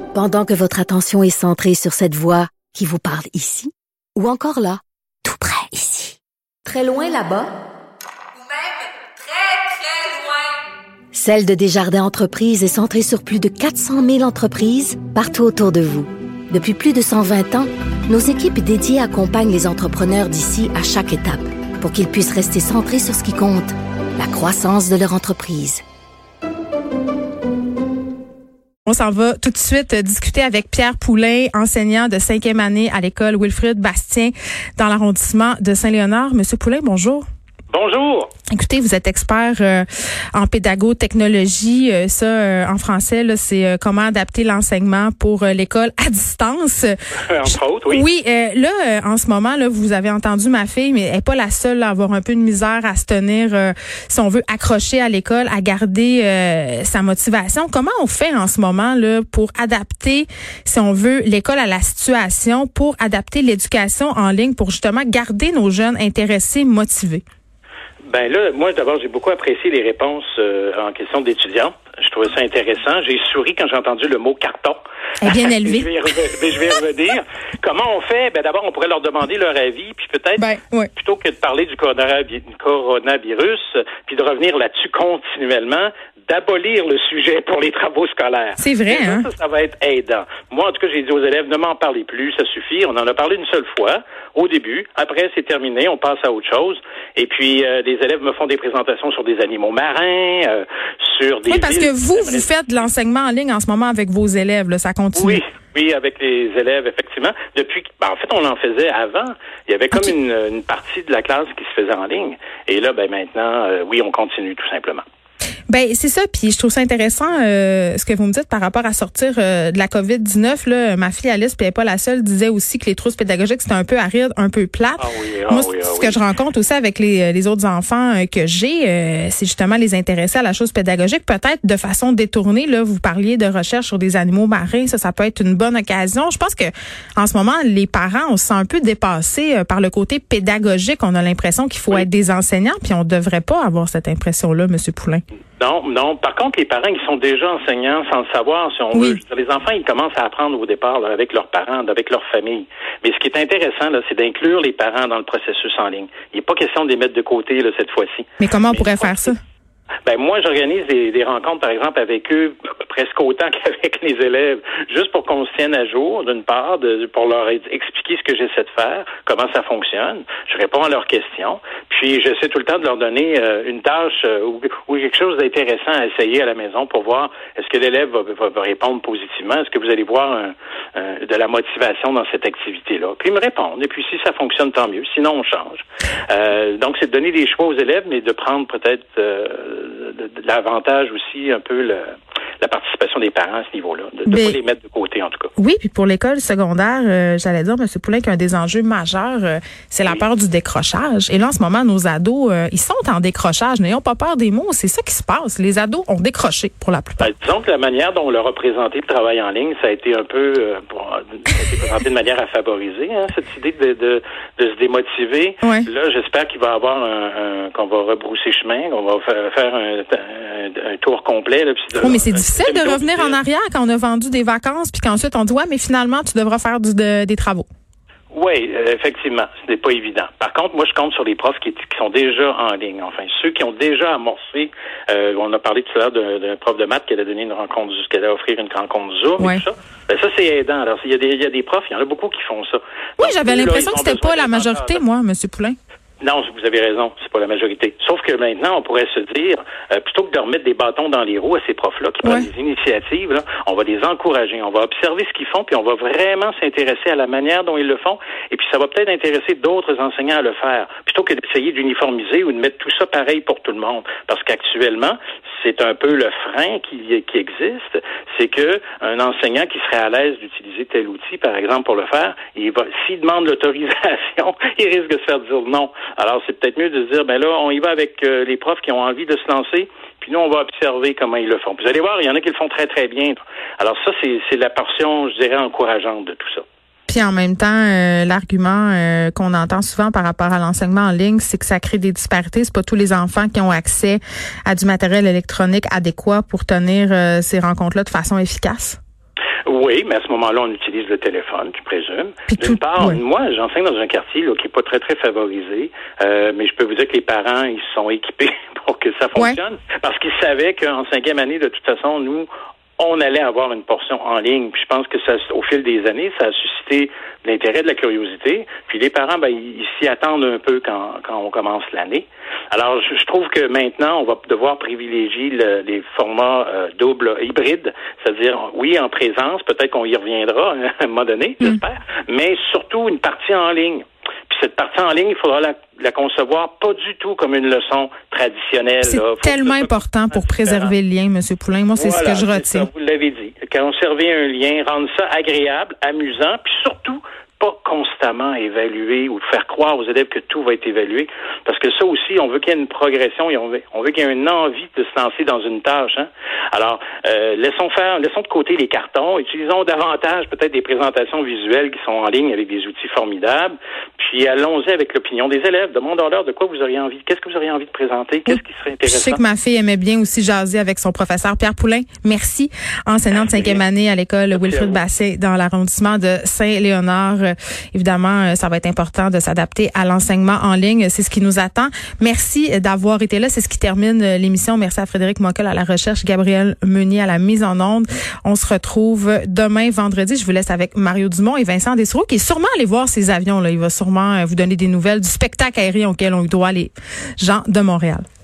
Pendant que votre attention est centrée sur cette voix qui vous parle ici, ou encore là, tout près ici, très loin là-bas, ou même très, très loin. Celle de Desjardins Entreprises est centrée sur plus de 400 000 entreprises partout autour de vous. Depuis plus de 120 ans, nos équipes dédiées accompagnent les entrepreneurs d'ici à chaque étape pour qu'ils puissent rester centrés sur ce qui compte, la croissance de leur entreprise. On s'en va tout de suite discuter avec Pierre Poulin, enseignant de 5e année à l'école Wilfrid Bastien dans l'arrondissement de Saint-Léonard. Monsieur Poulin, bonjour. Bonjour. Écoutez, vous êtes expert en pédago-technologie. En français, là, c'est comment adapter l'enseignement pour l'école à distance. Entre autres, oui. Oui, en ce moment, là, vous avez entendu ma fille, mais elle n'est pas la seule à avoir un peu de misère à se tenir, si on veut, accrocher à l'école, à garder sa motivation. Comment on fait en ce moment là pour adapter, si on veut, l'école à la situation, pour adapter l'éducation en ligne, pour justement garder nos jeunes intéressés, motivés? Ben là, moi d'abord, j'ai beaucoup apprécié les réponses en question d'étudiants. Je trouvais ça intéressant. J'ai souri quand j'ai entendu le mot carton. Bien élevé. je vais y revenir. Comment on fait? Ben d'abord, on pourrait leur demander leur avis, puis peut-être, plutôt que de parler du coronavirus, puis de revenir là-dessus continuellement, d'abolir le sujet pour les travaux scolaires. C'est vrai, hein? Ça va être aidant. Moi, en tout cas, j'ai dit aux élèves, ne m'en parlez plus, ça suffit. On en a parlé une seule fois, au début. Après, c'est terminé, on passe à autre chose. Et puis, les élèves me font des présentations sur des animaux marins, sur des... Oui, parce que vous faites de l'enseignement en ligne en ce moment avec vos élèves, là, ça continue. Oui, avec les élèves, effectivement. En fait, on en faisait avant. Il y avait comme une partie de la classe qui se faisait en ligne. Et là, maintenant, on continue tout simplement. Ben c'est ça, puis je trouve ça intéressant ce que vous me dites par rapport à sortir de la COVID-19. Là, ma fille Alice, puis elle n'est pas la seule, disait aussi que les trousses pédagogiques c'était un peu aride, un peu plate. Ce que je rencontre aussi avec les autres enfants que j'ai, c'est justement les intéresser à la chose pédagogique, peut-être de façon détournée. Là, vous parliez de recherche sur des animaux marins, ça peut être une bonne occasion. Je pense que en ce moment, les parents, on se sent un peu dépassés par le côté pédagogique. On a l'impression qu'il faut être des enseignants, puis on devrait pas avoir cette impression-là, Monsieur Poulin. Non. Par contre, les parents, ils sont déjà enseignants sans le savoir, si on veut. Les enfants, ils commencent à apprendre au départ là, avec leurs parents, avec leur famille. Mais ce qui est intéressant, là, c'est d'inclure les parents dans le processus en ligne. Il n'est pas question de les mettre de côté là, cette fois-ci. Mais comment on pourrait faire ça? Moi, j'organise des rencontres, par exemple, avec eux, presque autant qu'avec les élèves, juste pour qu'on se tienne à jour, d'une part, pour leur expliquer ce que j'essaie de faire, comment ça fonctionne. Je réponds à leurs questions. Puis, j'essaie tout le temps de leur donner une tâche ou quelque chose d'intéressant à essayer à la maison pour voir est-ce que l'élève va répondre positivement, est-ce que vous allez voir de la motivation dans cette activité-là. Puis, ils me répondent. Et puis, si ça fonctionne, tant mieux. Sinon, on change. Donc, c'est de donner des choix aux élèves, mais de prendre peut-être de l'avantage aussi un peu la participation des parents à ce niveau-là, de ne pas les mettre de côté en tout cas. Oui, puis pour l'école secondaire, j'allais dire, M. Poulin, qu'un des enjeux majeurs, c'est la peur du décrochage. Et là, en ce moment, nos ados, ils sont en décrochage. N'ayons pas peur des mots, c'est ça qui se passe. Les ados ont décroché pour la plupart. Disons que la manière dont on leur a présenté le travail en ligne, ça a été un peu ça a été présenté de manière à favoriser cette idée de se démotiver. Ouais. Là, j'espère qu'il va y avoir qu'on va rebrousser chemin, qu'on va faire un tour complet. Là, mais c'est difficile de revenir en arrière quand on a vendu des vacances puis qu'ensuite on dit mais finalement tu devras faire des travaux. Oui, effectivement, ce n'est pas évident. Par contre, moi, je compte sur les profs qui sont déjà en ligne. Enfin, ceux qui ont déjà amorcé. On a parlé tout à l'heure d'un prof de maths qui allait donner une rencontre, qu'elle allait offrir une rencontre Zoom et tout ça. Ça, c'est aidant. Alors, il y a des profs, il y en a beaucoup qui font ça. Oui, j'avais l'impression que c'était pas la majorité, moi, M. Poulin. Non, vous avez raison, c'est pas la majorité. Sauf que maintenant, on pourrait se dire, plutôt que de remettre des bâtons dans les roues à ces profs-là qui prennent des initiatives, là, on va les encourager, on va observer ce qu'ils font, puis on va vraiment s'intéresser à la manière dont ils le font, et puis ça va peut-être intéresser d'autres enseignants à le faire, plutôt que d'essayer d'uniformiser ou de mettre tout ça pareil pour tout le monde. Parce qu'actuellement, c'est un peu le frein qui existe, c'est que un enseignant qui serait à l'aise d'utiliser tel outil, par exemple, pour le faire, s'il demande l'autorisation, il risque de se faire dire non. Alors, c'est peut-être mieux de se dire, là, on y va avec les profs qui ont envie de se lancer, puis nous, on va observer comment ils le font. Puis vous allez voir, il y en a qui le font très, très bien. Alors ça, c'est la portion, je dirais, encourageante de tout ça. Puis en même temps, l'argument qu'on entend souvent par rapport à l'enseignement en ligne, c'est que ça crée des disparités. C'est pas tous les enfants qui ont accès à du matériel électronique adéquat pour tenir ces rencontres-là de façon efficace. Oui, mais à ce moment-là, on utilise le téléphone, je présume. D'une part, moi, j'enseigne dans un quartier là, qui est pas très, très favorisé, mais je peux vous dire que les parents, ils se sont équipés pour que ça fonctionne, parce qu'ils savaient qu'en 5e année, de toute façon, nous, on allait avoir une portion en ligne. Puis je pense que ça, au fil des années, ça a suscité l'intérêt, de la curiosité. Puis les parents, ils s'y attendent un peu quand on commence l'année. Alors, je trouve que maintenant, on va devoir privilégier les formats double hybrides, c'est-à-dire, oui, en présence, peut-être qu'on y reviendra à un moment donné, j'espère, mais surtout une partie en ligne. Puis cette partie en ligne, il faudra la concevoir pas du tout comme une leçon traditionnelle. C'est tellement important pour préserver le lien, M. Poulain. Moi, c'est ce que je retiens. Ça, vous l'avez dit. Conserver un lien, rendre ça agréable, amusant, puis surtout pas constamment évaluer ou faire croire aux élèves que tout va être évalué. Parce que ça aussi, on veut qu'il y ait une progression et on veut qu'il y ait une envie de se lancer dans une tâche. Hein? Alors, laissons de côté les cartons, utilisons davantage peut-être des présentations visuelles qui sont en ligne avec des outils formidables, puis allons-y avec l'opinion des élèves. Demandons-leur de quoi vous auriez envie, qu'est-ce que vous auriez envie de présenter, qu'est-ce qui serait intéressant. Je sais que ma fille aimait bien aussi jaser avec son professeur Pierre Poulain. Merci. Enseignante de 5e année à l'école Wilfrid Basset dans l'arrondissement de Saint-Léonard. Évidemment, ça va être important de s'adapter à l'enseignement en ligne. C'est ce qui nous attend. Merci d'avoir été là. C'est ce qui termine l'émission. Merci à Frédéric Mockel à la recherche, Gabriel Meunier à la mise en onde. On se retrouve demain, vendredi. Je vous laisse avec Mario Dumont et Vincent Dessereau, qui est sûrement allé voir ces avions là. Il va sûrement vous donner des nouvelles du spectacle aérien auquel ont eu droit les gens de Montréal.